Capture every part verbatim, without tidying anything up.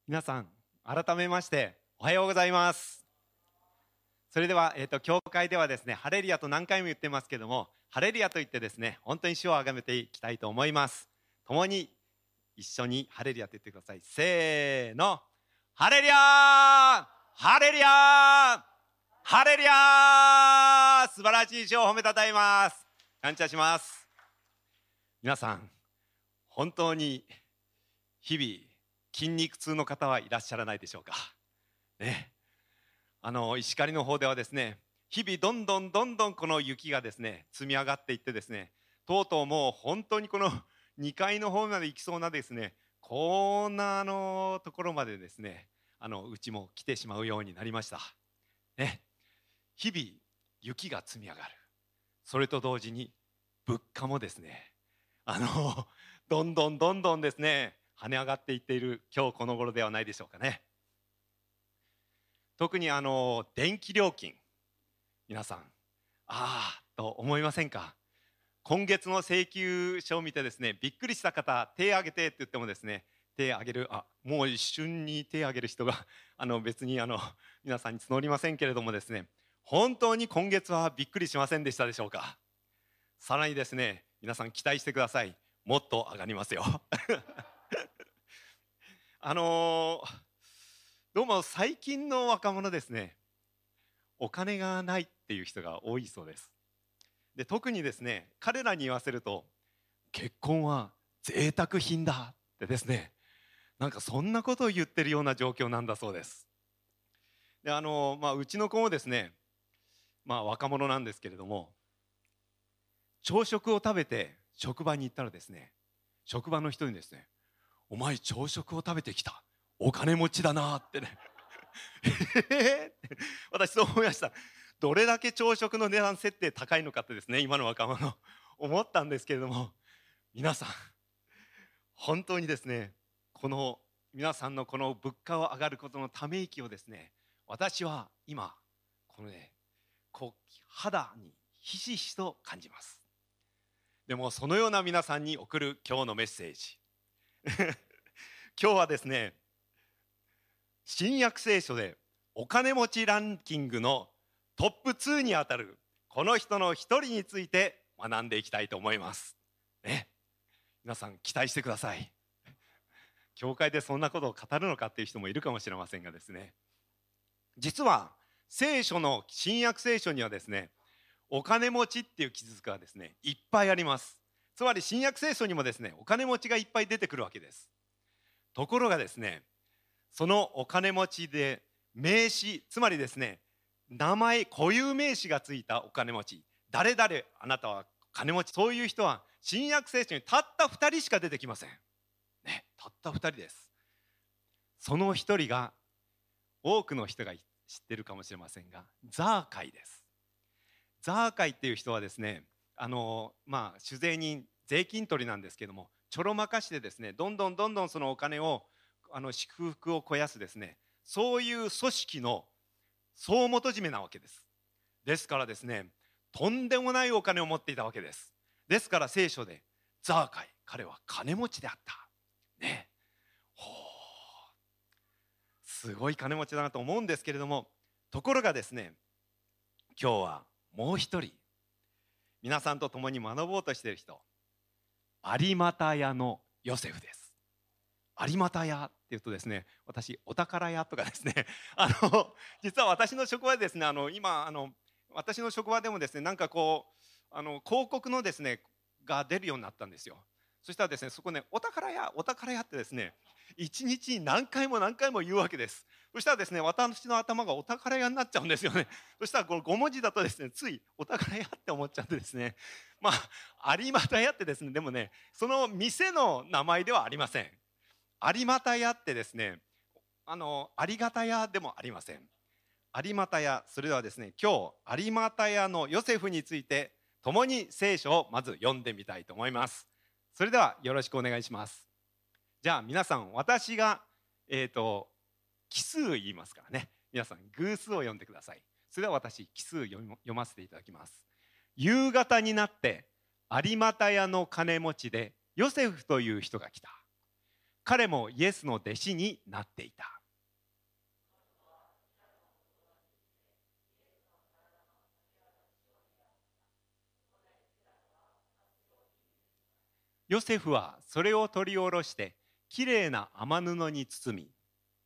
皆さん改めましておはようございます。それでは、えーと、教会ではですね、ハレルヤと何回も言ってますけども、ハレルヤと言ってですね、本当に主をあがめていきたいと思います。共に一緒にハレルヤと言ってください。せーの、ハレルヤー、ハレルヤー、ハレルヤー。素晴らしい主を褒めたたえます。感謝します。皆さん本当に日々筋肉痛の方はいらっしゃらないでしょうかね。あの石狩の方ではですね、日々どんどんどんどんこの雪がですね積み上がっていってですね、とうとうもう本当にこのにかいの方まで行きそうなですね、こんなあのところまでですね、あのうちも来てしまうようになりましたね。日々雪が積み上がる。それと同時に物価もですね、あのどんどんどんどんですね跳ね上がっていっている今日この頃ではないでしょうかね。特にあの電気料金、皆さんああと思いませんか。今月の請求書を見てですね、びっくりした方、手を挙げてって言ってもですね、手を挙げる、あもう一瞬に手を挙げる人があの別にあの皆さんに募りませんけれどもですね、本当に今月はびっくりしませんでしたでしょうか。さらにですね、皆さん期待してください。もっと上がりますよあのー、どうも最近の若者ですね、お金がないっていう人が多いそうです。で、特にですね、彼らに言わせると結婚は贅沢品だってですね、なんかそんなことを言ってるような状況なんだそうです。で、あのー、まあ、うちの子もですね、まあ若者なんですけれども、朝食を食べて職場に行ったらですね、職場の人にですね、お前朝食を食べてきた、お金持ちだなってね私そう思いました。どれだけ朝食の値段設定高いのかってですね、今の若者思ったんですけれども、皆さん本当にですね、この皆さんのこの物価を上がることのため息をですね、私は今このね、こう肌にひしひしと感じます。でもそのような皆さんに送る今日のメッセージ今日はですね、新約聖書でお金持ちランキングのトップににあたるこの人の一人について学んでいきたいと思いますね。皆さん期待してください。教会でそんなことを語るのかっていう人もいるかもしれませんがですね、実は聖書の新約聖書にはですね、お金持ちっていう記述がですねいっぱいあります。つまり新約聖書にもですね、お金持ちがいっぱい出てくるわけです。ところがですね、そのお金持ちで名詞、つまりですね、名前固有名詞がついたお金持ち、誰々あなたは金持ち、そういう人は新約聖書にたったふたりしか出てきませんね。たったふたりです。その一人が多くの人が知ってるかもしれませんが、ザーカイです。ザーカイっていう人はですね、あのまあ酒税人、税金取りなんですけども、ちょろまかしてですね、どんどんどんどんそのお金をあの祝福を肥やすですね、そういう組織の総元締めなわけです。ですからですね、とんでもないお金を持っていたわけです。ですから聖書でザーカイ、彼は金持ちであったね。ほう、すごい金持ちだなと思うんですけれども、ところがですね、今日はもう一人皆さんと共に学ぼうとしている人、有股屋のヨセフです。有股屋っていうとですね、私お宝屋とかですねあの実は私の職場でですね、あの今あの私の職場でもですね、なんかこうあの広告のですねが出るようになったんですよ。そしたらですね、そこね、お宝屋お宝屋ってですね、一日に何回も何回も言うわけです。そしたらですね、私の頭がお宝屋になっちゃうんですよね。そしたらこのご文字だとですね、ついお宝屋って思っちゃってですね、まあ有股屋ってですね、でもね、その店の名前ではありません。有股屋ってですね、あのありがた屋でもありません。有股屋、それではですね、今日有股屋のヨセフについて共に聖書をまず読んでみたいと思います。それではよろしくお願いします。じゃあ皆さん、私がえっと奇数言いますからね、皆さん偶数を読んでください。それでは私奇数読み読ませていただきます。夕方になって有股屋の金持ちでヨセフという人が来た。 彼もイエスの弟子になっていた。ヨセフはそれを取り下ろしてきれいな雨布に包み、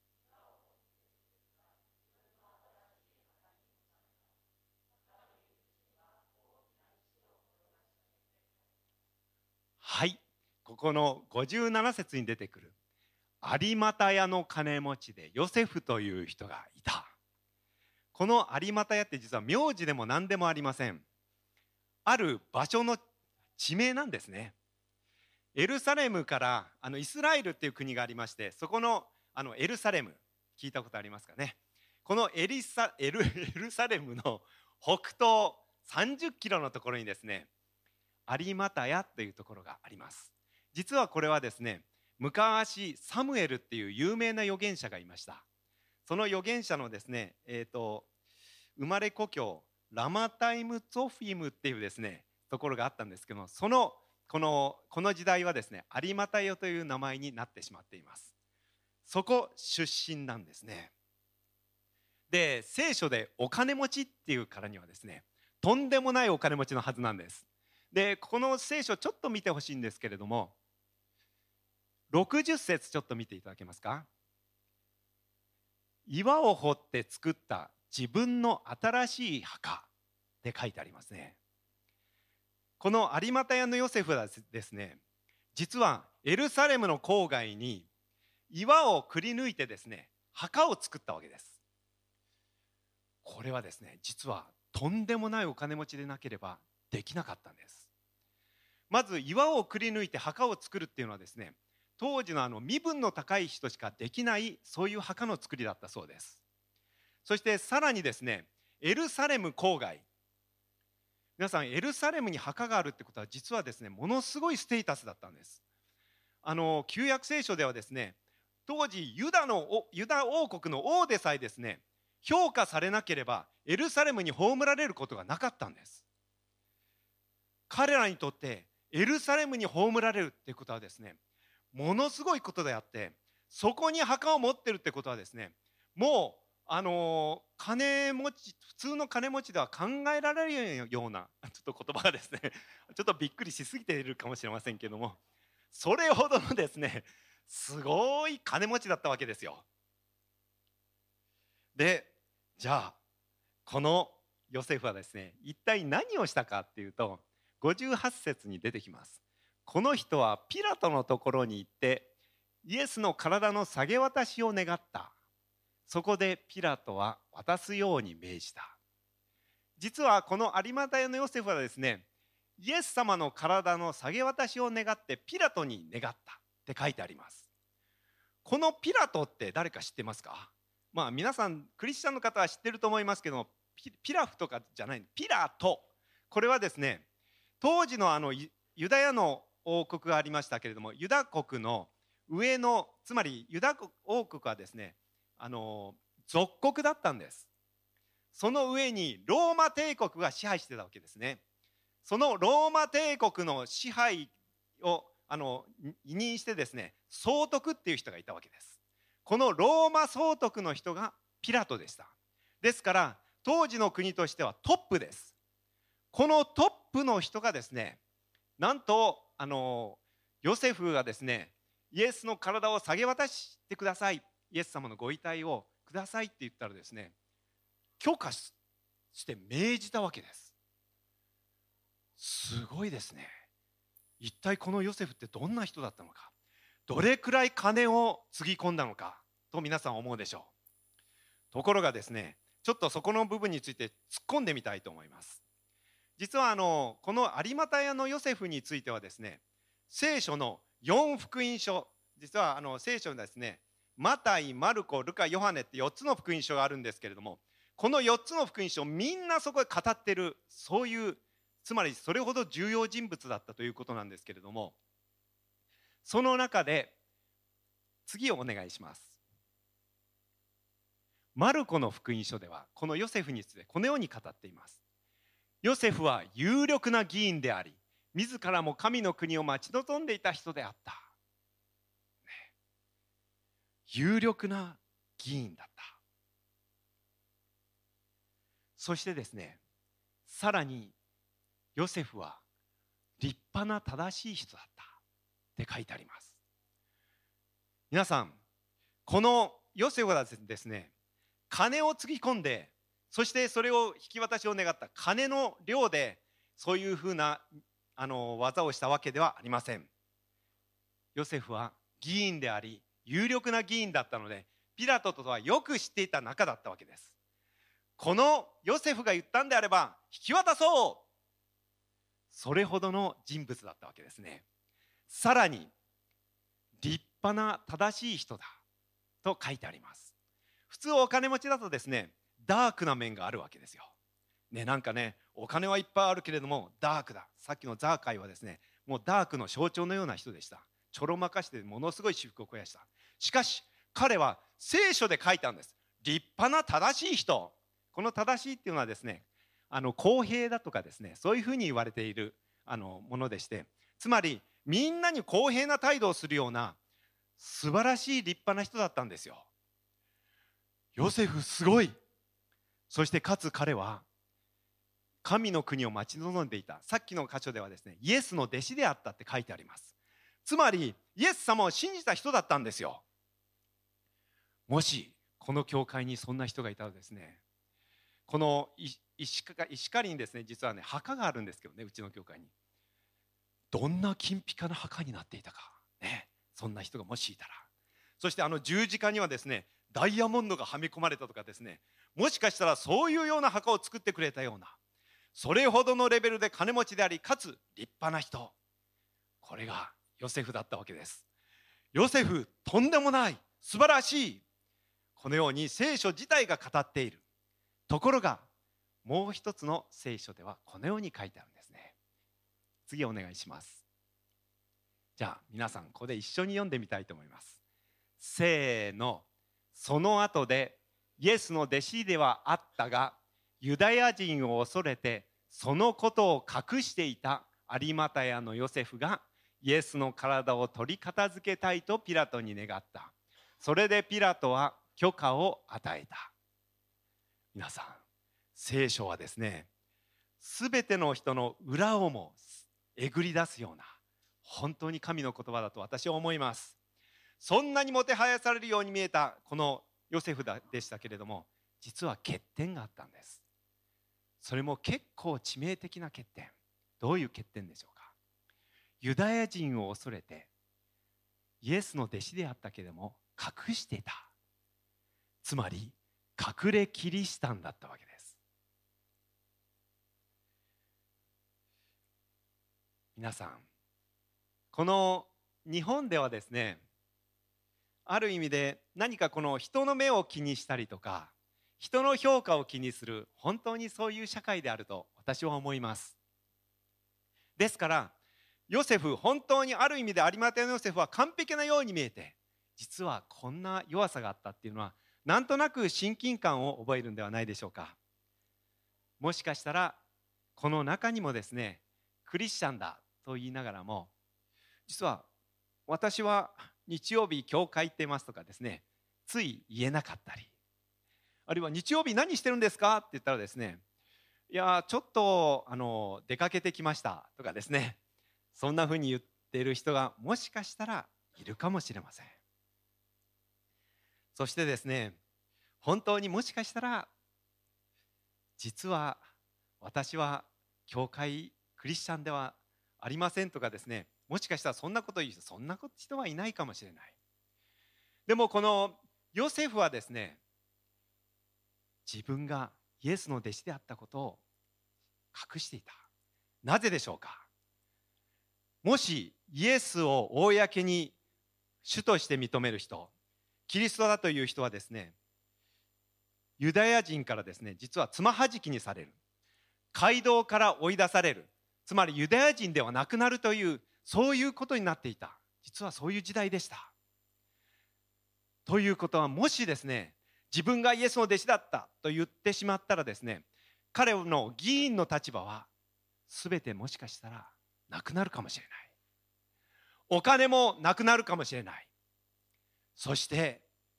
はい、ここのごじゅうなな節に出てくる有股屋の金持ちでヨセフという人がいた。この有股屋って実は名字でも何でもありません。ある場所の地名なんですね。エルサレムからあのイスラエルっていう国がありまして、そこのあのエルサレム、聞いたことありますかね。このエリサエル、エルサレムの北東さんじゅっキロのところにですね、有股屋というところがあります。実はこれはですね、昔サムエルっていう有名な預言者がいました。その預言者のですね、えーと、生まれ故郷ラマタイムツォフィムっていうですねところがあったんですけども、そのこのこの時代はですね、有股屋という名前になってしまっています。そこ出身なんですね。で、聖書でお金持ちっていうからにはですね、とんでもないお金持ちのはずなんです。で、この聖書ちょっと見てほしいんですけれども、ろくじゅっ節ちょっと見ていただけますか。岩を掘って作った自分の新しい墓って書いてありますね。この有股屋のヨセフはですね、実はエルサレムの郊外に岩をくり抜いてですね、墓を作ったわけです。これはですね、実はとんでもないお金持ちでなければできなかったんです。まず岩をくり抜いて墓を作るっていうのはですね、当時のあの身分の高い人しかできないそういう墓の作りだったそうです。そしてさらにですね、エルサレム郊外、皆さんエルサレムに墓があるってことは実はですね、ものすごいステータスだったんです。あの旧約聖書ではですね、当時ユダのユダ王国の王でさえですね、評価されなければエルサレムに葬られることがなかったんです。彼らにとってエルサレムに葬られるってことはですね、ものすごいことであって、そこに墓を持ってるってことはですね、もうあのー、金持ち、普通の金持ちでは考えられるような、ちょっと言葉がですねちょっとびっくりしすぎているかもしれませんけども、それほどのですね、すごい金持ちだったわけですよ。で、じゃあこのヨセフはですね、一体何をしたかっていうと、ごじゅうはち節に出てきます。この人はピラトのところに行ってイエスの体の下げ渡しを願った。そこでピラトは渡すように命じた。実はこの有股屋のヨセフはですね、イエス様の体の下げ渡しを願ってピラトに願ったって書いてあります。このピラトって誰か知ってますか。まあ皆さんクリスチャンの方は知ってると思いますけど、ピ, ピラフとかじゃない、ピラト、これはですね、当時のあのユダヤの王国がありましたけれども、ユダ国の上の、つまりユダ王国はですね、あの属国だったんです。その上にローマ帝国が支配してたわけですね。そのローマ帝国の支配をあの委任してですね、総督っていう人がいたわけです。このローマ総督の人がピラトでした。ですから当時の国としてはトップです。このトップの人がですね、なんとあのヨセフがですね、イエスの体を下げ渡してください、イエス様のご遺体をくださいって言ったらですね、許可して命じたわけです。すごいですね。一体このヨセフってどんな人だったのか、どれくらい金をつぎ込んだのかと皆さん思うでしょう。ところがですね、ちょっとそこの部分について突っ込んでみたいと思います。実はあのこの有股屋のヨセフについてはですね、聖書のよん福音書、実はあの聖書にですね、マタイ、マルコ、ルカ、ヨハネってよっつの福音書があるんですけれども、このよっつの福音書みんなそこで語ってる、そういう、つまりそれほど重要人物だったということなんですけれども、その中で次をお願いします。マルコの福音書ではこのヨセフについてこのように語っています。ヨセフは有力な議員であり、自らも神の国を待ち望んでいた人であった。 有力な議員だった。そしてですね、さらにヨセフは立派な正しい人だったって書いてあります。皆さん、このヨセフはですね、金をつぎ込んで、そしてそれを引き渡しを願った金の量でそういうふうなあの技をしたわけではありません。ヨセフは議員であり有力な議員だったので、ピラトとはよく知っていた仲だったわけです。このヨセフが言ったんであれば引き渡そう、それほどの人物だったわけですね。さらに立派な正しい人だと書いてあります。普通お金持ちだとですね、ダークな面があるわけですよ。ね、なんかね、お金はいっぱいあるけれどもダークだ。さっきのザーカイはですね、もうダークの象徴のような人でした。ちょろまかしてものすごい私腹を肥やした。しかし彼は聖書で書いたんです。立派な正しい人。この正しいっていうのはですね、あの公平だとかですね、そういうふうに言われているあのものでして、つまりみんなに公平な態度をするような素晴らしい立派な人だったんですよ。ヨセフすごい。そしてかつ彼は神の国を待ち望んでいた。さっきの箇所ではですね、イエスの弟子であったって書いてあります。つまりイエス様を信じた人だったんですよ。もしこの教会にそんな人がいたらですね、この石狩にですね、実はね墓があるんですけどね、うちの教会にどんな金ピカな墓になっていたかね、そんな人がもしいたら。そしてあの十字架にはですね、ダイヤモンドがはめ込まれたとかですね、もしかしたらそういうような墓を作ってくれたような、それほどのレベルで金持ちでありかつ立派な人、これがヨセフだったわけです。ヨセフとんでもない、素晴らしい、このように聖書自体が語っている。ところがもう一つの聖書ではこのように書いてあるんですね。次お願いします。じゃあ皆さんここで一緒に読んでみたいと思います。せーの。その後でイエスの弟子ではあったがユダヤ人を恐れてそのことを隠していた有馬太のヨセフがイエスの体を取り片付けたいとピラトに願った。それでピラトは許可を与えた。皆さん、聖書はですね、すべての人の裏をもえぐり出すような本当に神の言葉だと私は思います。そんなにもてはやされるように見えたこのヨセフでしたけれども、実は欠点があったんです。それも結構致命的な欠点。どういう欠点でしょうか。ユダヤ人を恐れてイエスの弟子であったけれども隠していた。つまり隠れキリシタンだったわけです。皆さん、この日本ではですね、ある意味で何かこの人の目を気にしたりとか人の評価を気にする、本当にそういう社会であると私は思います。ですからヨセフ、本当にある意味で有馬太のヨセフは完璧なように見えて、実はこんな弱さがあったっていうのはなんとなく親近感を覚えるんではないでしょうか。もしかしたらこの中にもですね、クリスチャンだと言いながらも、実は私は日曜日教会行ってますとかですね、つい言えなかったり、あるいは日曜日何してるんですかって言ったらですね、いやちょっとあの出かけてきましたとかですね、そんなふうに言っている人がもしかしたらいるかもしれません。そしてですね、本当にもしかしたら実は私は教会クリスチャンではありませんとかですね、もしかしたらそんなこと言う人、そんな人はいないかもしれない。でもこのヨセフはですね、自分がイエスの弟子であったことを隠していた。なぜでしょうか。もしイエスを公に主として認める人、キリストだという人はですね、ユダヤ人からですね、実はつまはじきにされる、街道から追い出される、つまりユダヤ人ではなくなるという、そういうことになっていた。実はそういう時代でした。ということは、もしですね、自分がイエスの弟子だったと言ってしまったらですね、彼の議員の立場は全てもしかしたらなくなるかもしれない。お金もなくなるかもしれない。そして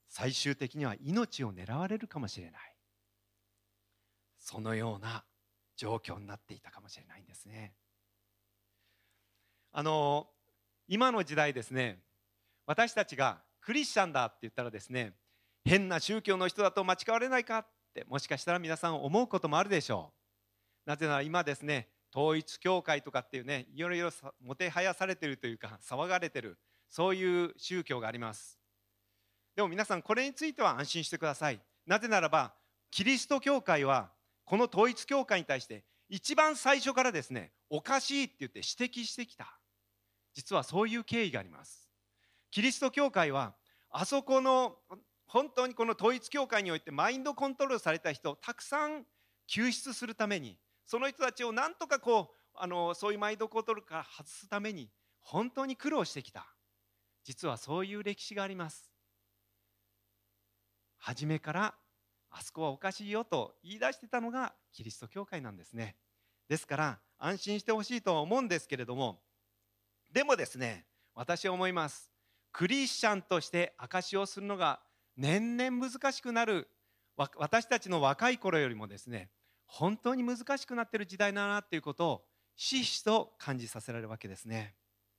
最終的には命を狙われるかもしれない、そのような状況になっていたかもしれないんですね。あの今の時代ですね、私たちがクリスチャンだって言ったらですね、変な宗教の人だと間違われないかってもしかしたら皆さん思うこともあるでしょう。なぜなら今ですね、統一教会とかっていうね、いろいろもてはやされてるというか騒がれてる、そういう宗教があります。でも皆さん、これについては安心してください。なぜならばキリスト教会はこの統一教会に対して一番最初からですね、おかしいって言って指摘してきた、実はそういう経緯があります。キリスト教会はあそこの本当にこの統一教会においてマインドコントロールされた人をたくさん救出するために、その人たちをなんとかこうあのそういうマインドコントロールから外すために本当に苦労してきた、実はそういう歴史があります。初めからあそこはおかしいよと言い出してたのがキリスト教会なんですね。ですから安心してほしいとは思うんですけれども、でもですね、私は思います。クリスチャンとして証しをするのが年々難しくなる、私たちの若い頃よりもですね、本当に難しくなっている時代だなということをひしひしと感じさせられるわけですね。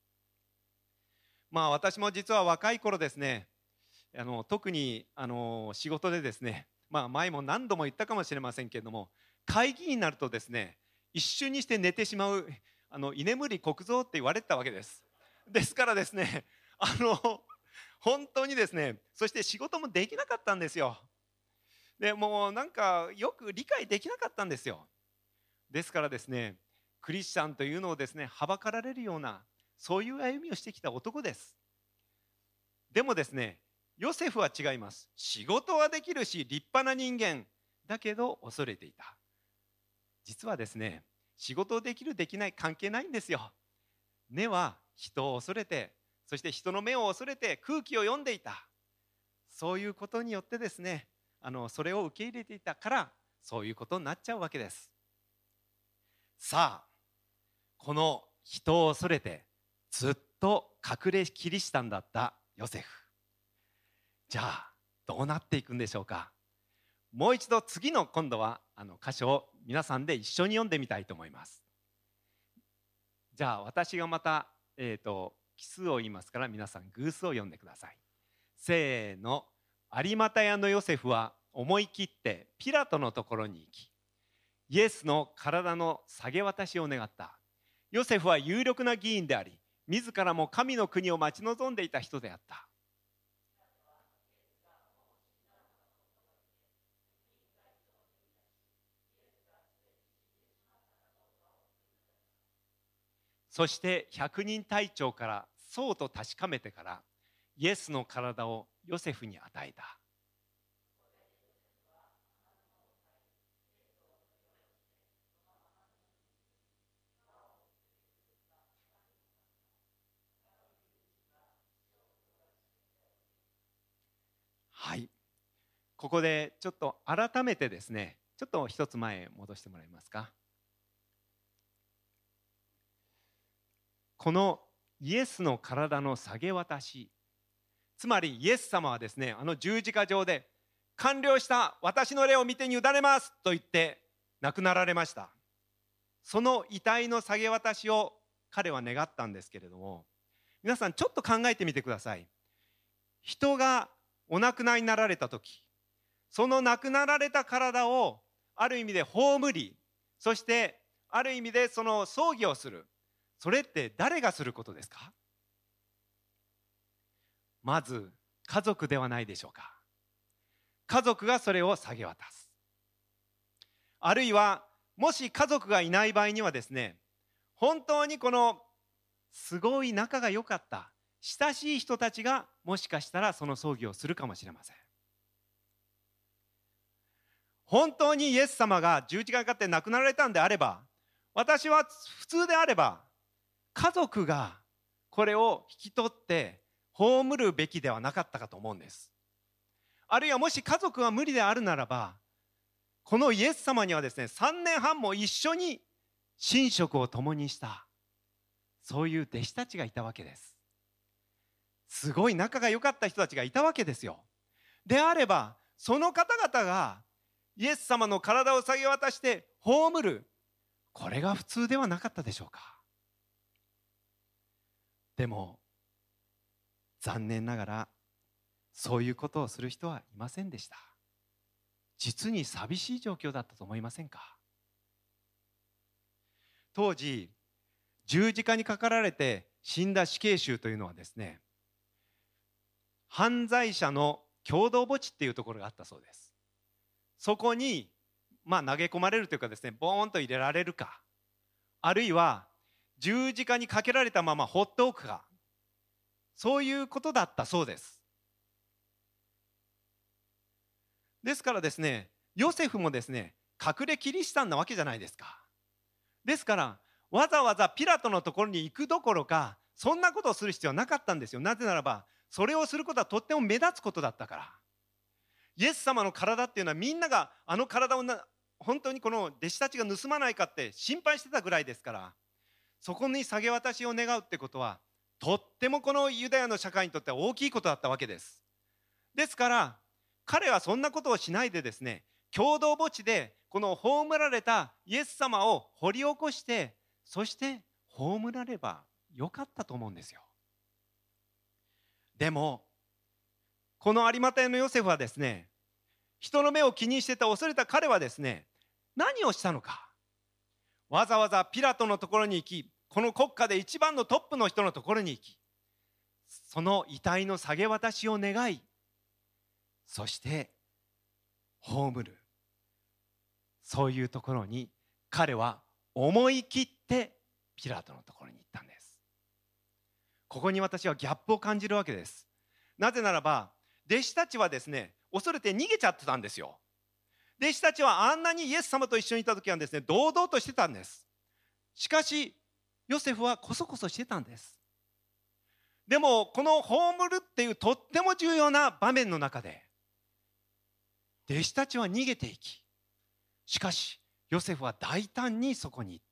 まあ私も実は若い頃ですね、あの特にあの仕事でですね、まあ前も何度も言ったかもしれませんけれども、会議になるとですね、一瞬にして寝てしまう、あの居眠りこくぞって言われてたわけです。ですからですね、あの本当にですね、そして仕事もできなかったんですよ。でもうなんかよく理解できなかったんですよ。ですからですね、クリスチャンというのをですね、はばかられるような、そういう歩みをしてきた男です。でもですね、ヨセフは違います。仕事はできるし立派な人間だけど恐れていた。実はですね、仕事できるできない関係ないんですよ。根は人を恐れて、そして人の目を恐れて空気を読んでいた。そういうことによってですね、あのそれを受け入れていたからそういうことになっちゃうわけです。さあ、この人を恐れてずっと隠れキリシタンだったヨセフ、じゃあどうなっていくんでしょうか。もう一度次の今度はあの箇所を皆さんで一緒に読んでみたいと思います。じゃあ私がまた、えーと、奇数を言いますから皆さん偶数を読んでください。せーの。有股屋のヨセフは思い切ってピラトのところに行き、イエスの体の下げ渡しを願った。ヨセフは有力な議員であり、自らも神の国を待ち望んでいた人であった。そして百人隊長からそうと確かめてからイエスの体をヨセフに与えた。はい、ここでちょっと改めてですね、ちょっと一つ前へ戻してもらえますか。このイエスの体の下げ渡し、つまりイエス様はですね、あの十字架上で完了した、私の霊を見てに委ねますと言って亡くなられました。その遺体の下げ渡しを彼は願ったんですけれども、皆さんちょっと考えてみてください。人がお亡くなりになられた時、その亡くなられた体をある意味で葬り、そしてある意味でその葬儀をする、それって誰がすることですか？まず家族ではないでしょうか。家族がそれを下げ渡す。あるいはもし家族がいない場合にはですね、本当にこのすごい仲が良かった親しい人たちがもしかしたらその葬儀をするかもしれません。本当にイエス様が十字架にかかって亡くなられたんであれば、私は普通であれば家族がこれを引き取って葬るべきではなかったかと思うんです。あるいはもし家族が無理であるならば、このイエス様にはですね、さんねんはんも一緒に寝食を共にしたそういう弟子たちがいたわけです。すごい仲が良かった人たちがいたわけですよ。 であれば、その方々がイエス様の体を下げ渡して葬る、これが普通ではなかったでしょうか。でも残念ながらそういうことをする人はいませんでした。実に寂しい状況だったと思いませんか。当時十字架にかかられて死んだ死刑囚というのはですね、犯罪者の共同墓地っていうところがあったそうです。そこにまあ投げ込まれるというかですね、ボーンと入れられるか、あるいは十字架にかけられたまま放っておくか、そういうことだったそうです。ですからですね、ヨセフもですね、隠れキリシタンなわけじゃないですか。ですからわざわざピラトのところに行くどころか、そんなことをする必要はなかったんですよ。なぜならばそれをすることはとっても目立つことだったから。イエス様の体っていうのは、みんながあの体をな本当にこの弟子たちが盗まないかって心配してたぐらいですから、そこに下げ渡しを願うってことはとってもこのユダヤの社会にとっては大きいことだったわけです。ですから彼はそんなことをしないでですね、共同墓地でこの葬られたイエス様を掘り起こして、そして葬らればよかったと思うんですよ。でもこの有馬太のヨセフはですね、人の目を気にしてた恐れた彼はですね、何をしたのか。わざわざピラトのところに行き、この国家で一番のトップの人のところに行き、その遺体の下げ渡しを願い、そして葬る、そういうところに彼は思い切ってピラトのところに行ったんです。ここに私はギャップを感じるわけです。なぜならば弟子たちはですね、恐れて逃げちゃってたんですよ。弟子たちはあんなにイエス様と一緒にいた時はですね、堂々としてたんです。しかしヨセフはこそこそしてたんです。でもこの葬るっていうとっても重要な場面の中で弟子たちは逃げていき、しかしヨセフは大胆にそこに行った。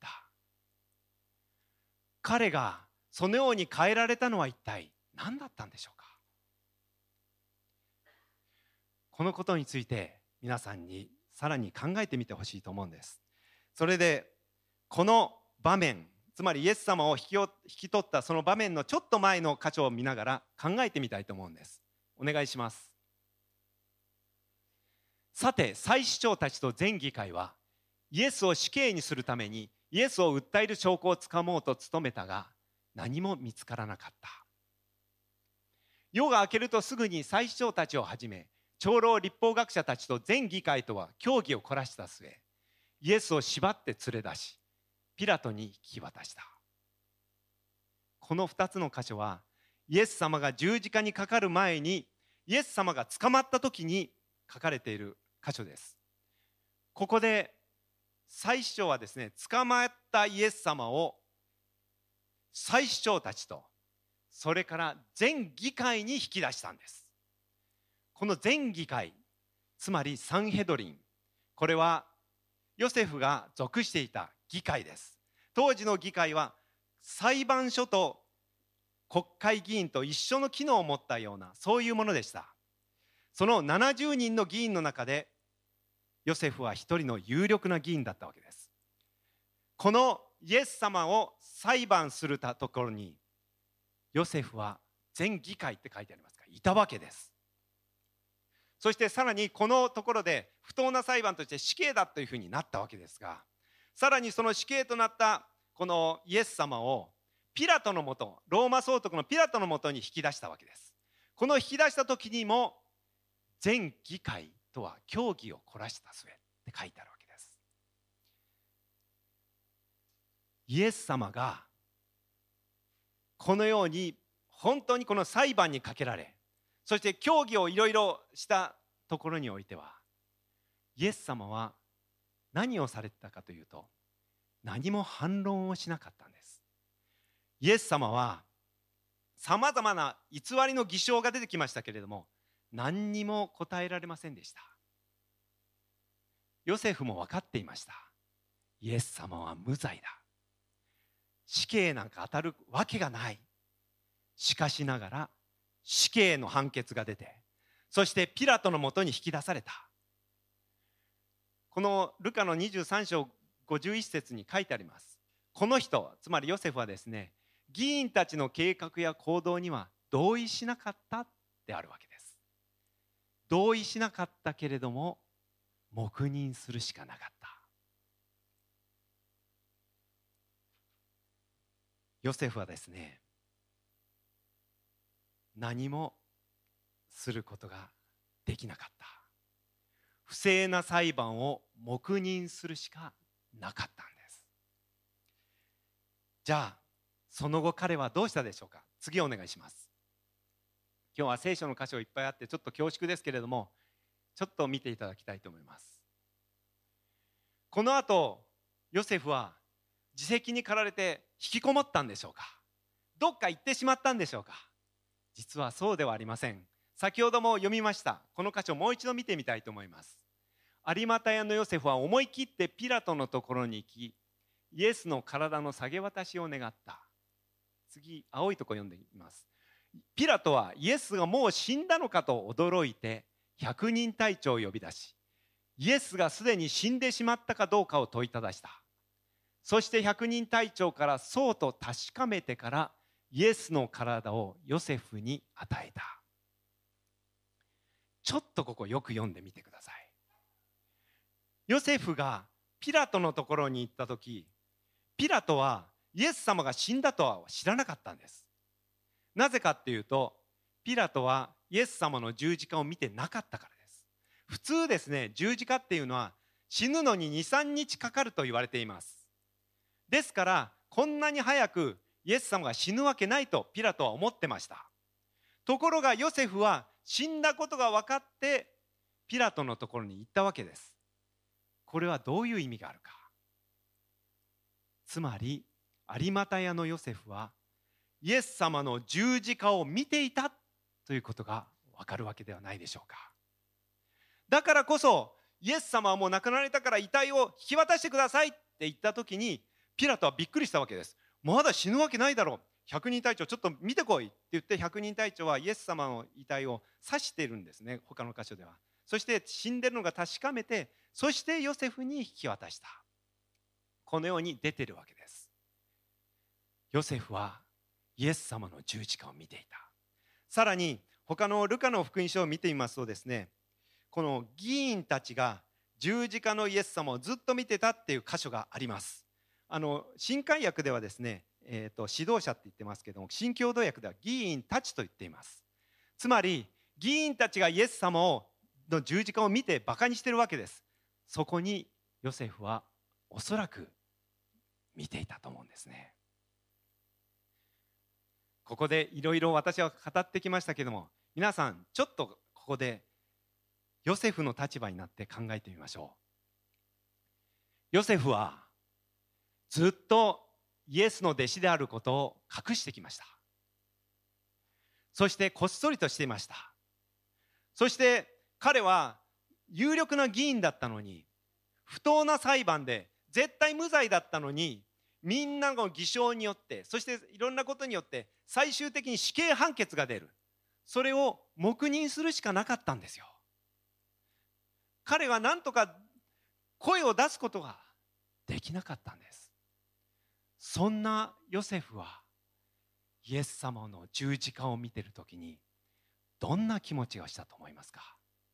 彼がそのように変えられたのは一体何だったんでしょうか。このことについて皆さんにさらに考えてみてほしいと思うんです。それでこの場面、つまりイエス様を引き引き取ったその場面のちょっと前の箇所を見ながら考えてみたいと思うんです。お願いします。さて祭司長たちと全議会はイエスを死刑にするためにイエスを訴える証拠をつかもうと努めたが、何も見つからなかった。夜が明けるとすぐに祭司長たちをはじめ長老立法学者たちと全議会とは協議を凝らした末、イエスを縛って連れ出しピラトに引き渡した。このふたつの箇所はイエス様が十字架にかかる前にイエス様が捕まった時に書かれている箇所です。ここで祭司長はですね、捕まったイエス様を祭司長たちとそれから全議会に引き出したんです。この全議会、つまりサンヘドリン、これはヨセフが属していた議会です。当時の議会は裁判所と国会議員と一緒の機能を持ったような、そういうものでした。そのななじゅうにんの議員の中でヨセフは一人の有力な議員だったわけです。このイエス様を裁判するところにヨセフは全議会って書いてありますがいたわけです。そしてさらにこのところで不当な裁判として死刑だというふうになったわけですが、さらにその死刑となったこのイエス様をピラトのもと、ローマ総督のピラトのもとに引き出したわけです。この引き出した時にも全議会とは協議を凝らした末って書いてあるわけです。イエス様がこのように本当にこの裁判にかけられ、そして協議をいろいろしたところにおいては、イエス様は何をされてたかというと、何も反論をしなかったんです。イエス様はさまざまな偽りの偽証が出てきましたけれども、何にも答えられませんでした。ヨセフも分かっていました。イエス様は無罪だ、死刑なんか当たるわけがない。しかしながら死刑の判決が出て、 そしてピラトのもとに引き出された。このルカのにじゅうさん章ごじゅういち節に書いてあります。この人、つまりヨセフはですね、議員たちの計画や行動には同意しなかったであるわけです。同意しなかったけれども黙認するしかなかった。ヨセフはですね、何もすることができなかった。不正な裁判を黙認するしかなかったんです。じゃあその後彼はどうしたでしょうか。次お願いします。今日は聖書の箇所いっぱいあってちょっと恐縮ですけれども、ちょっと見ていただきたいと思います。この後ヨセフは自責に駆られて引きこもったんでしょうか。どっか行ってしまったんでしょうか。実はそうではありません。先ほども読みましたこの箇所をもう一度見てみたいと思います。有股屋のヨセフは思い切ってピラトのところに行き、イエスの体の下げ渡しを願った。次青いところ読んでみます。ピラトはイエスがもう死んだのかと驚いて百人隊長を呼び出し、イエスがすでに死んでしまったかどうかを問いただした。そして百人隊長からそうと確かめてからイエスの体をヨセフに与えた。ちょっとここよく読んでみてください。ヨセフがピラトのところに行った時、ピラトはイエス様が死んだとは知らなかったんです。なぜかっていうと、ピラトはイエス様の十字架を見てなかったからです。普通ですね、十字架っていうのは死ぬのにに、さんにちかかると言われています。ですからこんなに早くイエス様が死ぬわけないとピラトは思ってました。ところがヨセフは死んだことが分かってピラトのところに行ったわけです。これはどういう意味があるか。つまり有股屋のヨセフはイエス様の十字架を見ていたということが分かるわけではないでしょうか。だからこそイエス様はもう亡くなられたから遺体を引き渡してくださいって言った時にピラトはびっくりしたわけです。まだ死ぬわけないだろう、百人隊長ちょっと見てこいって言って、百人隊長はイエス様の遺体を刺しているんですね、他の箇所では。そして死んでるのが確かめて、そしてヨセフに引き渡した。このように出ているわけです。ヨセフはイエス様の十字架を見ていた。さらに他のルカの福音書を見てみますとですね、この議員たちが十字架のイエス様をずっと見てたっていう箇所があります。あの新漢訳ではですね、えーと、指導者って言ってますけども、新共同訳では議員たちと言っています。つまり議員たちがイエス様をの十字架を見てバカにしてるわけです。そこにヨセフはおそらく見ていたと思うんですね。ここでいろいろ私は語ってきましたけども、皆さんちょっとここでヨセフの立場になって考えてみましょう。ヨセフはずっとイエスの弟子であることを隠してきました。そしてこっそりとしていました。そして彼は有力な議員だったのに、不当な裁判で絶対無罪だったのに、みんなの偽証によって、そしていろんなことによって最終的に死刑判決が出る。それを黙認するしかなかったんですよ。彼は何とか声を出すことができなかったんです。そんなヨセフはイエス様の十字架を見ているときにどんな気持ちがしたと思いますか。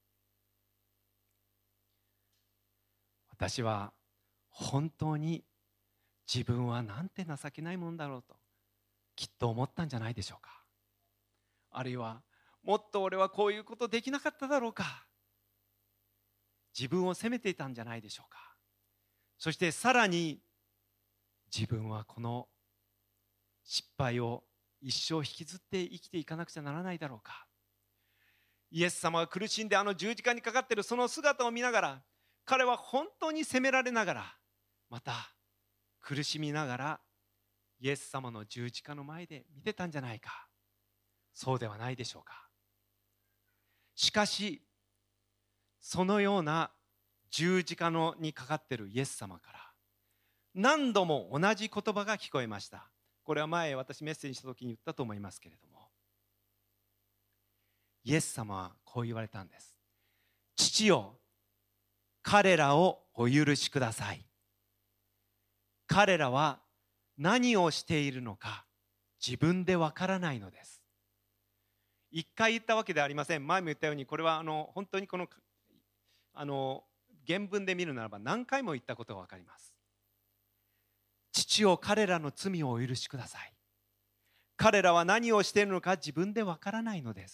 私は本当に自分はなんて情けないもんだろうときっと思ったんじゃないでしょうか。あるいはもっと俺はこういうことできなかっただろうか、自分を責めていたんじゃないでしょうか。そしてさらに自分はこの失敗を一生引きずって生きていかなくちゃならないだろうか。イエス様が苦しんであの十字架にかかっているその姿を見ながら、彼は本当に責められながら、また苦しみながらイエス様の十字架の前で見てたんじゃないか。そうではないでしょうか。しかしそのような十字架のにかかっているイエス様から何度も同じ言葉が聞こえました。これは前私メッセージした時に言ったと思いますけれども、 イエス様はこう言われたんです。父よ、彼らをお許しください。彼らは何をしているのか自分でわからないのです。一回言ったわけではありません。前も言ったように、これはあの本当にこのあの原文で見るならば何回も言ったことがわかります。父よ、彼らの罪をお許しください。彼らは何をしているのか自分でわからないのです。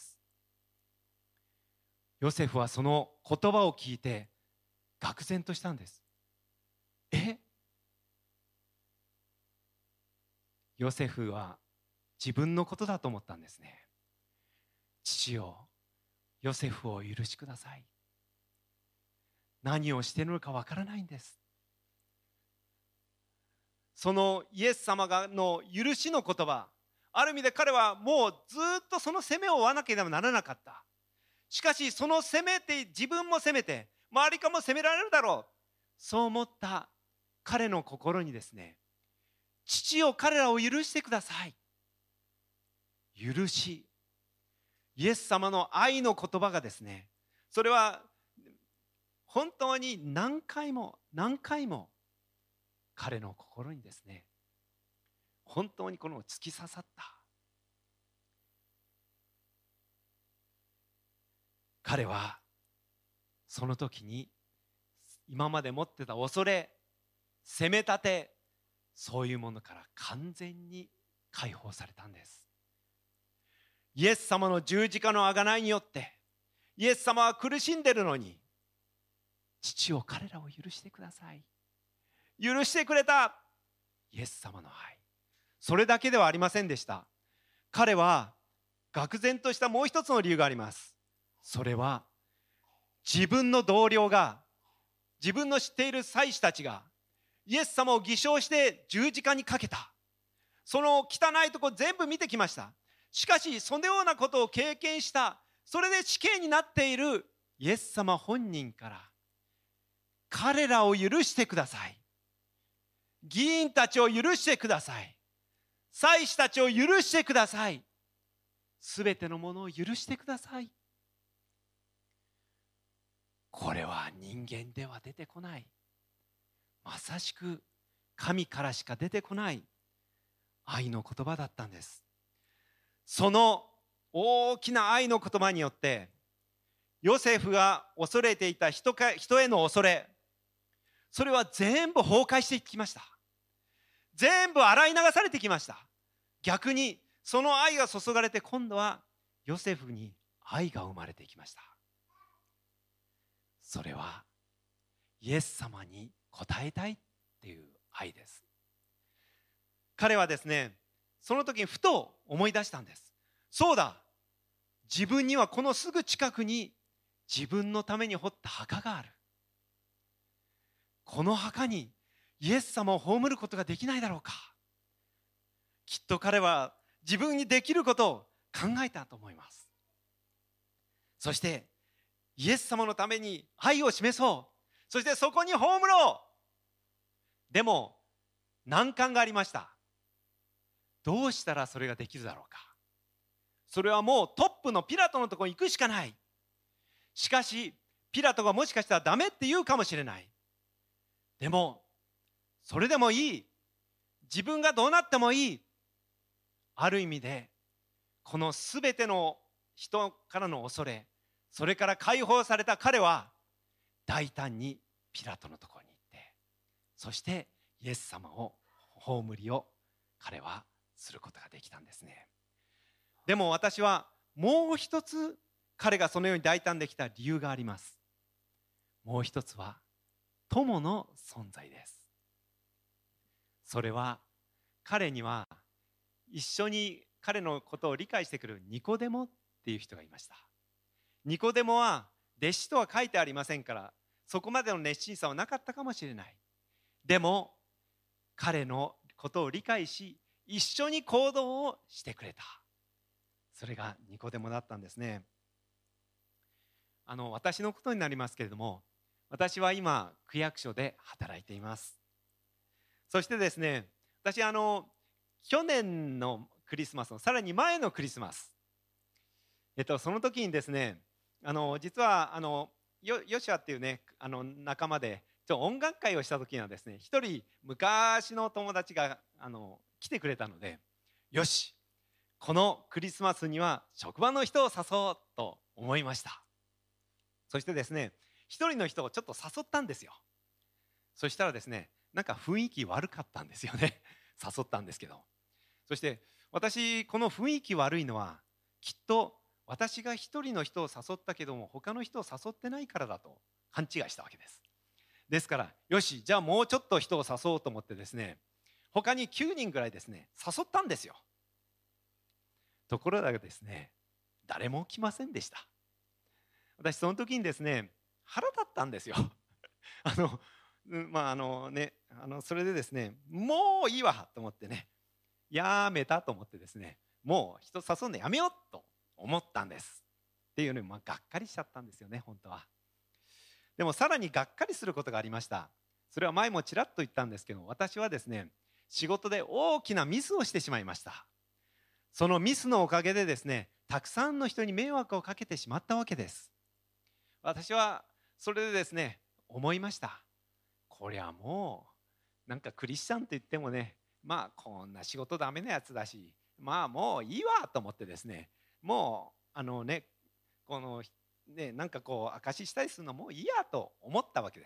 ヨセフはその言葉を聞いて愕然としたんです。え？ヨセフは自分のことだと思ったんですね。父よ、ヨセフを許しください。何をしているのかわからないんです。そのイエス様がの許しの言葉、ある意味で彼はもうずっとその責めを負わなければならなかった。しかしその責めて、自分も責めて周りからも責められるだろう、そう思った彼の心にですね、父よ、彼らを許してください。許し、イエス様の愛の言葉がですね、それは本当に何回も何回も彼の心にですね、本当にこの突き刺さった。彼はその時に今まで持ってた恐れ、責め立て、そういうものから完全に解放されたんです。イエス様の十字架の贖いによってイエス様は苦しんでるのに、父を彼らを許してください、許してくれたイエス様の愛、それだけではありませんでした。彼は愕然としたもう一つの理由があります。それは自分の同僚が、自分の知っている祭司たちがイエス様を偽証して十字架にかけた。その汚いところ全部見てきました。しかしそのようなことを経験した、それで死刑になっているイエス様本人から、彼らを許してください、議員たちを許してください、祭司たちを許してください、すべてのものを許してください。これは人間では出てこない、まさしく神からしか出てこない愛の言葉だったんです。その大きな愛の言葉によって、ヨセフが恐れていた 人か、人への恐れ、それは全部崩壊していきました。全部洗い流されてきました。逆にその愛が注がれて、今度はヨセフに愛が生まれていきました。それはイエス様に応えたいっていう愛です。彼はですね、その時にふと思い出したんです。そうだ、自分にはこのすぐ近くに自分のために掘った墓がある。この墓にイエス様を葬ることができないだろうか。きっと彼は自分にできることを考えたと思います。そしてイエス様のために愛を示そう、そしてそこに葬ろう。でも難関がありました。どうしたらそれができるだろうか。それはもうトップのピラトのところに行くしかない。しかしピラトがもしかしたらダメって言うかもしれない。でもそれでもいい、自分がどうなってもいい。ある意味でこのすべての人からの恐れ、それから解放された彼は大胆にピラトのところに行って、そしてイエス様を葬りを彼はすることができたんですね。でも私はもう一つ彼がそのように大胆できた理由があります。もう一つは友の存在です。それは彼には一緒に彼のことを理解してくるニコデモっていう人がいました。ニコデモは弟子とは書いてありませんから、そこまでの熱心さはなかったかもしれない。でも彼のことを理解し、一緒に行動をしてくれた。それがニコデモだったんですね。あの私のことになりますけれども、私は今区役所で働いています。そしてですね、私あの去年のクリスマスのさらに前のクリスマス、 えっと、その時にですね、あの実はあのヨヨシュアっていうね、あの仲間でちょ音楽会をした時にはですね、一人昔の友達があの来てくれたので、よし、このクリスマスには職場の人を誘おうと思いました。そしてですね、一人の人をちょっと誘ったんですよ。そしたらですね、なんか雰囲気悪かったんですよね。誘ったんですけど、そして私この雰囲気悪いのはきっと私が一人の人を誘ったけども他の人を誘ってないからだと勘違いしたわけです。ですからよし、じゃあもうちょっと人を誘おうと思ってですね、他にきゅうにんぐらいですね誘ったんですよ。ところがですね、誰も来ませんでした。私その時にですね、腹立ったんですよ。あのまああのね、あのそれでですね、もういいわと思ってね、やめたと思ってですね、もう人誘うのやめようと思ったんです。っていうのに、まあ、がっかりしちゃったんですよね、本当は。でもさらにがっかりすることがありました。それは前もちらっと言ったんですけど、私はですね、仕事で大きなミスをしてしまいました。そのミスのおかげでですね、たくさんの人に迷惑をかけてしまったわけです。私はそれでですね、思いました。こりゃもうなんかクリスチャンって言ってもね、まあこんな仕事ダメなやつだし、まあもういいわと思ってですね、もうあのね、このね、なんかこう証ししたりするのもういいやと思ったわけです。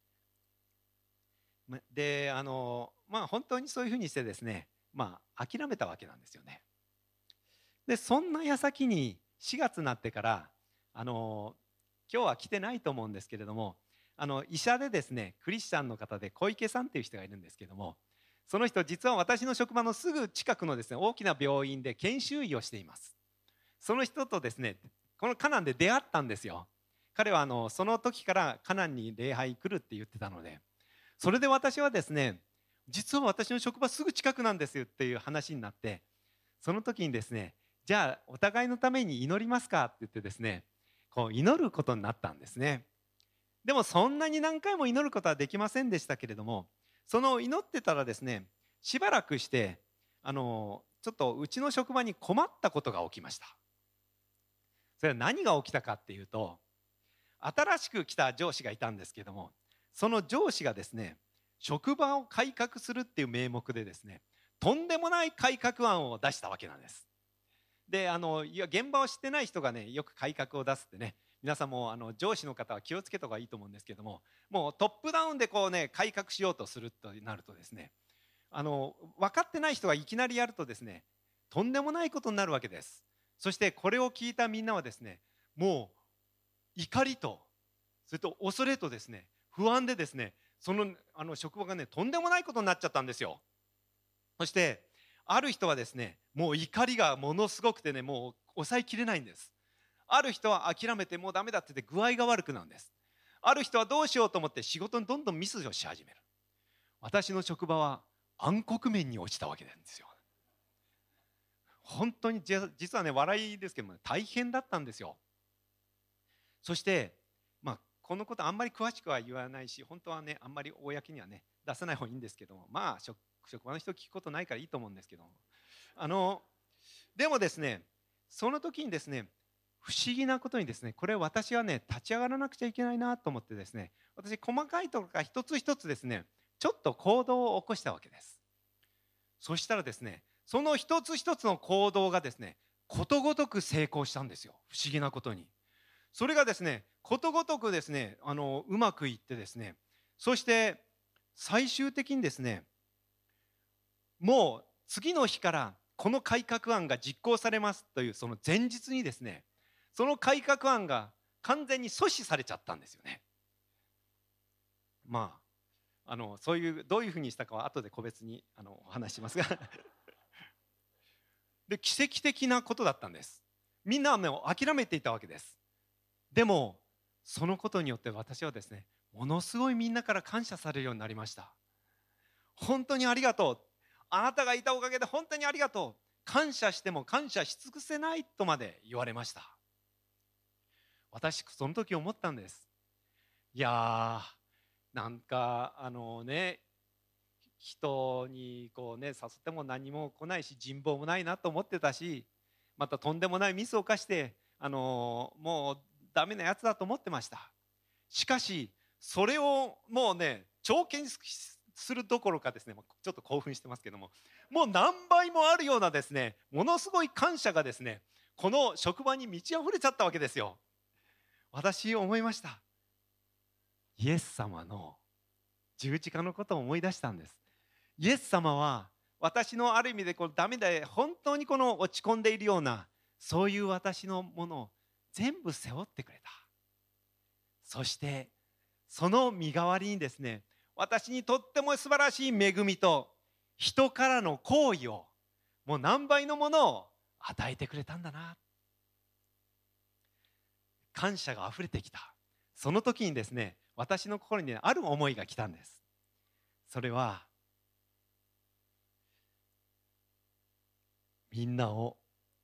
まで、あのまあ本当にそういうふうにしてですね、まあ諦めたわけなんですよね。でそんな矢先にしがつになってから、あの今日は来てないと思うんですけれども、あの医者でですね、クリスチャンの方で小池さんっていう人がいるんですけども、その人実は私の職場のすぐ近くのですね、大きな病院で研修医をしています。その人とですね、このカナンで出会ったんですよ。彼はあのその時からカナンに礼拝来るって言ってたので、それで私はですね、実は私の職場すぐ近くなんですよっていう話になって、その時にですね、じゃあお互いのために祈りますかって言ってですね、こう祈ることになったんですね。でもそんなに何回も祈ることはできませんでしたけれども、その祈ってたらですね、しばらくしてあのちょっとうちの職場に困ったことが起きました。それは何が起きたかっていうと、新しく来た上司がいたんですけども、その上司がですね、職場を改革するっていう名目でですね、とんでもない改革案を出したわけなんです。で、あのいや現場を知ってない人がね、よく改革を出すってね、皆さんもあの上司の方は気をつけた方がいいと思うんですけども、もうトップダウンでこうね改革しようとするとなるとですね、あの分かってない人がいきなりやるとですね、とんでもないことになるわけです。そしてこれを聞いたみんなはですね、もう怒りと、それと恐れとですね、不安でですね、そのあの職場がねとんでもないことになっちゃったんですよ。そしてある人はですね、もう怒りがものすごくてね、もう抑えきれないんです。ある人は諦めてもうダメだって言って具合が悪くなるんです。ある人はどうしようと思って仕事にどんどんミスをし始める。私の職場は暗黒面に落ちたわけなんですよ。本当にじ実はね、笑いですけども、ね、大変だったんですよ。そして、まあ、このことあんまり詳しくは言わないし、本当はねあんまり公にはね出さない方がいいんですけども、まあ職職場の人聞くことないからいいと思うんですけども、あのでもですね、その時にですね、不思議なことにですね、これ私はね立ち上がらなくちゃいけないなと思ってですね、私細かいところから一つ一つですね、ちょっと行動を起こしたわけです。そしたらですね、その一つ一つの行動がですね、ことごとく成功したんですよ、不思議なことに。それがですね、ことごとくですね、あのうまくいってですね、そして最終的にですね、もう次の日からこの改革案が実行されますというその前日にですね、その改革案が完全に阻止されちゃったんですよね。まああのそういうどういうふうにしたかは後で個別にあのお話ししますがで奇跡的なことだったんです。みんなはもう諦めていたわけです。でもそのことによって私はですね、ものすごいみんなから感謝されるようになりました。本当にありがとう、あなたがいたおかげで本当にありがとう、感謝しても感謝し尽くせないとまで言われました。私その時思ったんです。いやー、なんかあのね、人にこうね誘っても何も来ないし人望もないなと思ってたし、 またとんでもないミスを犯して、あのもうダメなやつだと思ってました。しかしそれをもうね帳消するどころかですね、ちょっと興奮してますけども、もう何倍もあるようなですね、ものすごい感謝がですね、この職場に満ち溢れちゃったわけですよ。私思いました。イエス様の十字架のことを思い出したんです。イエス様は私のある意味でこうダメで本当にこの落ち込んでいるようなそういう私のものを全部背負ってくれた。そしてその身代わりにですね、私にとっても素晴らしい恵みと人からの好意をもう何倍のものを与えてくれたんだな。感謝があふれてきた。その時にですね、私の心に、ね、ある思いが来たんです。それはみんなを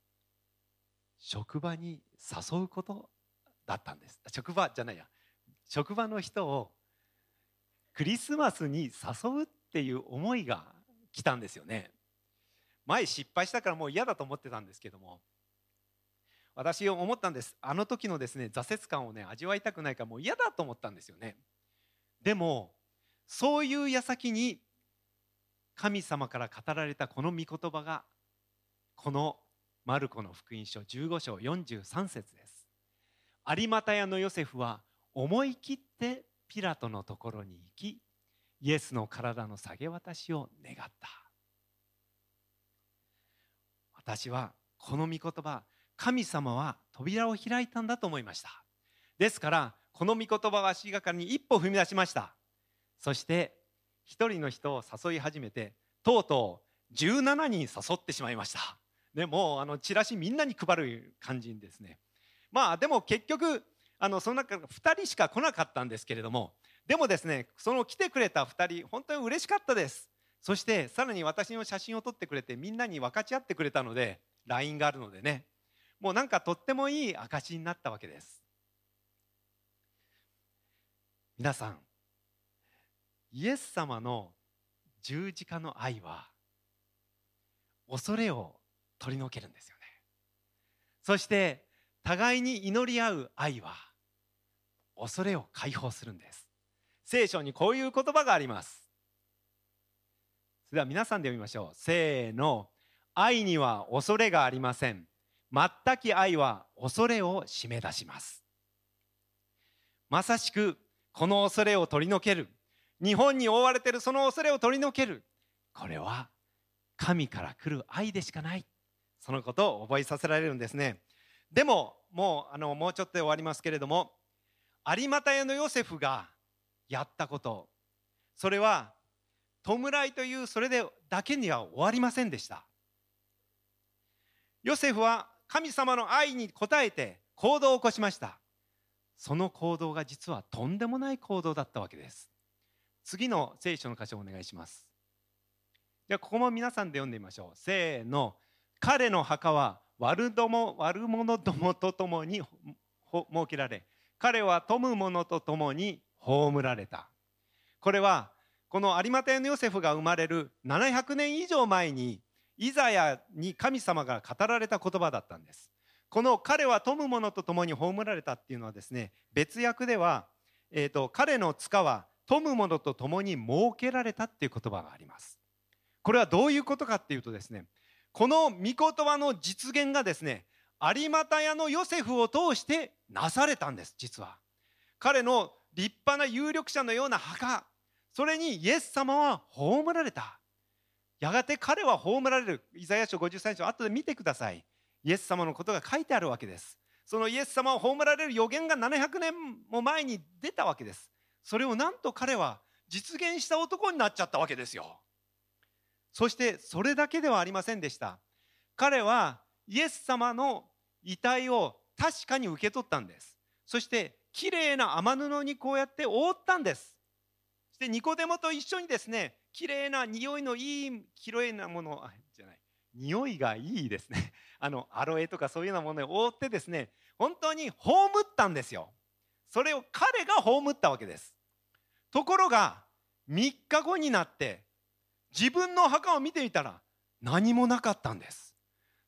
職場に誘うことだったんです。職場じゃないや職場の人をクリスマスに誘うっていう思いが来たんですよね。前失敗したからもう嫌だと思ってたんですけども、私思ったんです。あの時のですね挫折感をね味わいたくないからもう嫌だと思ったんですよね。でもそういう矢先に神様から語られたこの御言葉がこのマルコの福音書じゅうご章よんじゅうさん節です。有股屋のヨセフは思い切ってピラトのところに行き、イエスの体の下げ渡しを願った。私はこの御言葉、神様は扉を開いたんだと思いました。ですからこの御言葉は足がかりに一歩踏み出しました。そして一人の人を誘い始めて、とうとうじゅうななにん誘ってしまいました。でもうあのチラシみんなに配る感じですね。まあでも結局あのその中からふたりしか来なかったんですけれども、でもですねその来てくれたふたり本当に嬉しかったです。そしてさらに私の写真を撮ってくれてみんなに分かち合ってくれたので ライン があるのでね、もうなんかとってもいい証になったわけです。皆さん、イエス様の十字架の愛は恐れを取り除けるんですよね。そして互いに祈り合う愛は恐れを解放するんです。聖書にこういう言葉があります。それでは皆さんで読みましょう。せーの。愛には恐れがありません。全き愛は恐れを締め出します。まさしくこの恐れを取り除ける、日本に覆われているその恐れを取り除ける、これは神から来る愛でしかない、そのことを覚えさせられるんですね。でももうあのもうちょっとで終わりますけれども、有股屋のヨセフがやったこと、それは弔いというそれでだけには終わりませんでした。ヨセフは神様の愛に応えて行動を起こしました。その行動が実はとんでもない行動だったわけです。次の聖書の箇所をお願いします。じゃあここも皆さんで読んでみましょう。せーの。彼の墓は悪ども悪者どもとともに設けられ、彼は富む者とともに葬られた。これはこの有股屋のヨセフが生まれるななひゃくねん以上前にイザヤに神様が語られた言葉だったんです。この彼は富む者とともに葬られたっていうのはですね、別訳では、えーと、彼の塚は富む者とともに設けられたっていう言葉があります。これはどういうことかっていうとですね、この御言葉の実現がですね、有股屋のヨセフを通してなされたんです。実は彼の立派な有力者のような墓、それにイエス様は葬られた。やがて彼は葬られる。イザヤ書ごじゅうさん章後で見てください。イエス様のことが書いてあるわけです。そのイエス様を葬られる予言がななひゃくねんも前に出たわけです。それをなんと彼は実現した男になっちゃったわけですよ。そしてそれだけではありませんでした。彼はイエス様の遺体を確かに受け取ったんです。そしてきれいな雨布にこうやって覆ったんです。そしてニコデモと一緒にですね、きれいな匂いのいいきれいなものあじゃない匂いがいいですねあのアロエとかそういうようなものを覆ってですね、本当に葬ったんですよ。それを彼が葬ったわけです。ところがみっかごになって自分の墓を見てみたら何もなかったんです。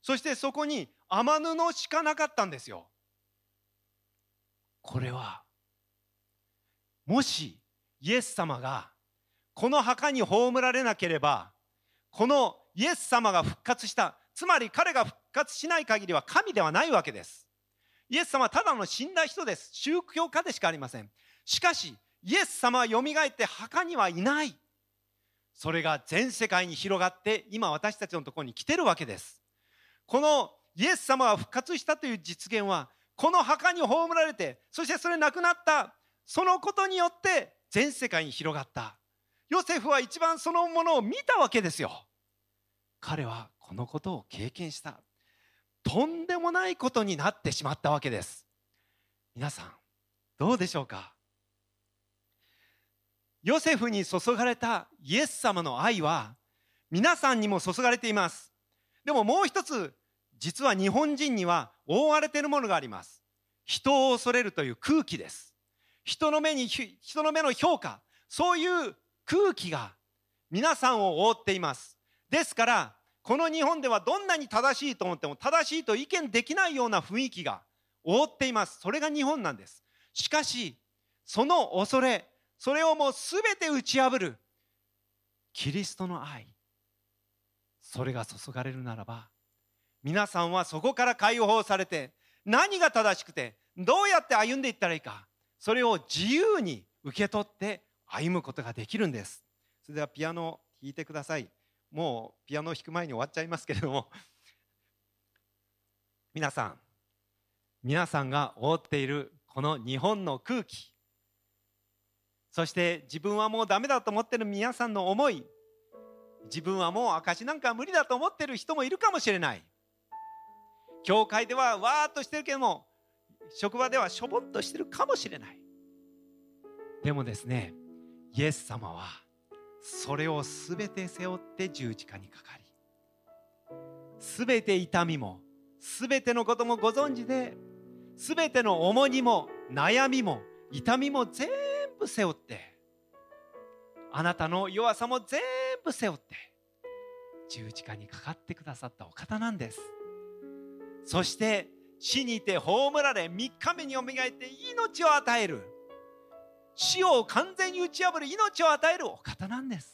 そしてそこに雨布しかなかったんですよ。これはもしイエス様がこの墓に葬られなければ、このイエス様が復活した、つまり彼が復活しない限りは神ではないわけです。イエス様はただの死んだ人です。宗教家でしかありません。しかしイエス様はよみがえって墓にはいない。それが全世界に広がって今私たちのところに来てるわけです。このイエス様が復活したという実現は、この墓に葬られて、そしてそれ亡くなったそのことによって全世界に広がった。ヨセフは一番そのものを見たわけですよ。彼はこのことを経験した。とんでもないことになってしまったわけです。皆さんどうでしょうか。ヨセフに注がれたイエス様の愛は皆さんにも注がれています。でももう一つ、実は日本人には覆われているものがあります。人を恐れるという空気です。人の目に、人の目の評価、そういう空気が皆さんを覆っています。ですからこの日本ではどんなに正しいと思っても正しいと意見できないような雰囲気が覆っています。それが日本なんです。しかしその恐れ、それをもうすべて打ち破るキリストの愛、それが注がれるならば、皆さんはそこから解放されて、何が正しくてどうやって歩んでいったらいいか、それを自由に受け取って歩むことができるんです。それではピアノを弾いてください。もうピアノを弾く前に終わっちゃいますけれども、皆さん皆さんが覆っているこの日本の空気、そして自分はもうダメだと思っている皆さんの思い、自分はもう証なんか無理だと思っている人もいるかもしれない。教会ではわーっとしてるけども、職場ではしょぼっとしてるかもしれない。でもですね、イエス様はそれをすべて背負って十字架にかかり、すべて痛みもすべてのこともご存知で、すべての重荷も悩みも痛みも全部背負って、あなたの弱さも全部背負って十字架にかかってくださったお方なんです。そして死にて葬られ、みっかめによみがえって命を与える、死を完全に打ち破る命を与えるお方なんです。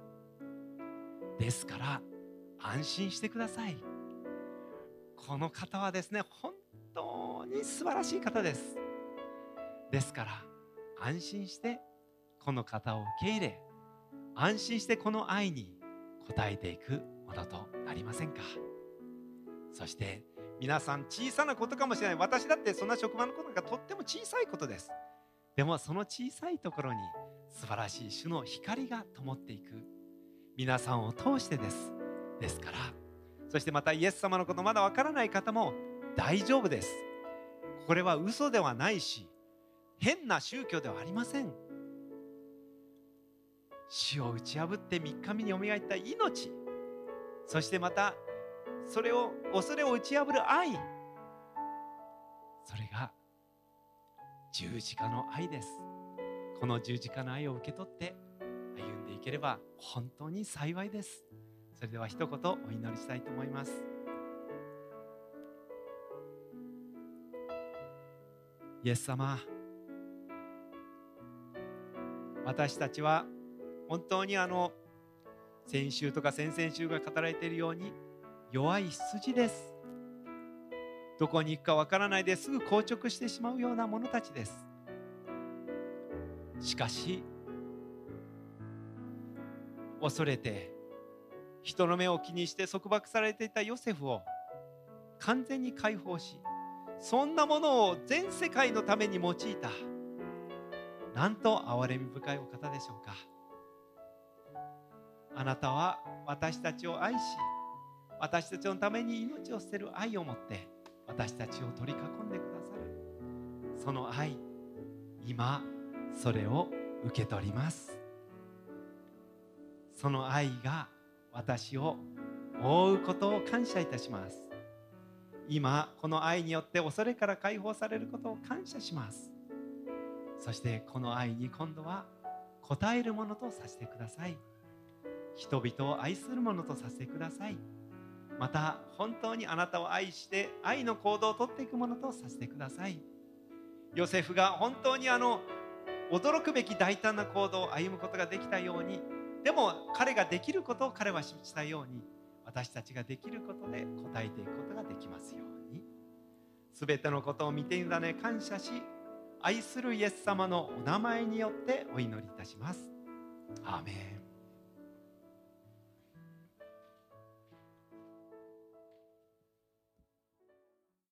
ですから安心してください。この方はですね、本当に素晴らしい方です。ですから安心してこの方を受け入れ、安心してこの愛に応えていくものとなりませんか。そして皆さん、小さなことかもしれない。私だってそんな職場のことがとっても小さいことです。でもその小さいところに素晴らしい主の光が灯っていく、皆さんを通してです。ですから、そしてまたイエス様のことまだわからない方も大丈夫です。これは嘘ではないし、変な宗教ではありません。死を打ち破ってみっかめによみがえった命、そしてまたそれを恐れを打ち破る愛、それが十字架の愛です。この十字架の愛を受け取って歩んでいければ本当に幸いです。それでは一言お祈りしたいと思います。イエス様、私たちは本当にあの先週とか先々週が語られているように弱い羊です。どこに行くかわからないですぐ硬直してしまうような者たちです。しかし恐れて人の目を気にして束縛されていたヨセフを完全に解放し、そんなものを全世界のために用いた、なんと憐れみ深いお方でしょうか。あなたは私たちを愛し、私たちのために命を捨てる愛を持って私たちを取り囲んでくださる。その愛、今それを受け取ります。その愛が私を覆うことを感謝いたします。今この愛によって恐れから解放されることを感謝します。そしてこの愛に今度は応えるものとさせてください。人々を愛するものとさせてください。 また本当にあなたを愛して愛の行動をとっていくものとさせてください。ヨセフが本当にあの驚くべき大胆な行動を歩むことができたように、でも彼ができることを彼はしたように、私たちができることで答えていくことができますように。すべてのことを見て委ね感謝し、愛するイエス様のお名前によってお祈りいたします。アーメン。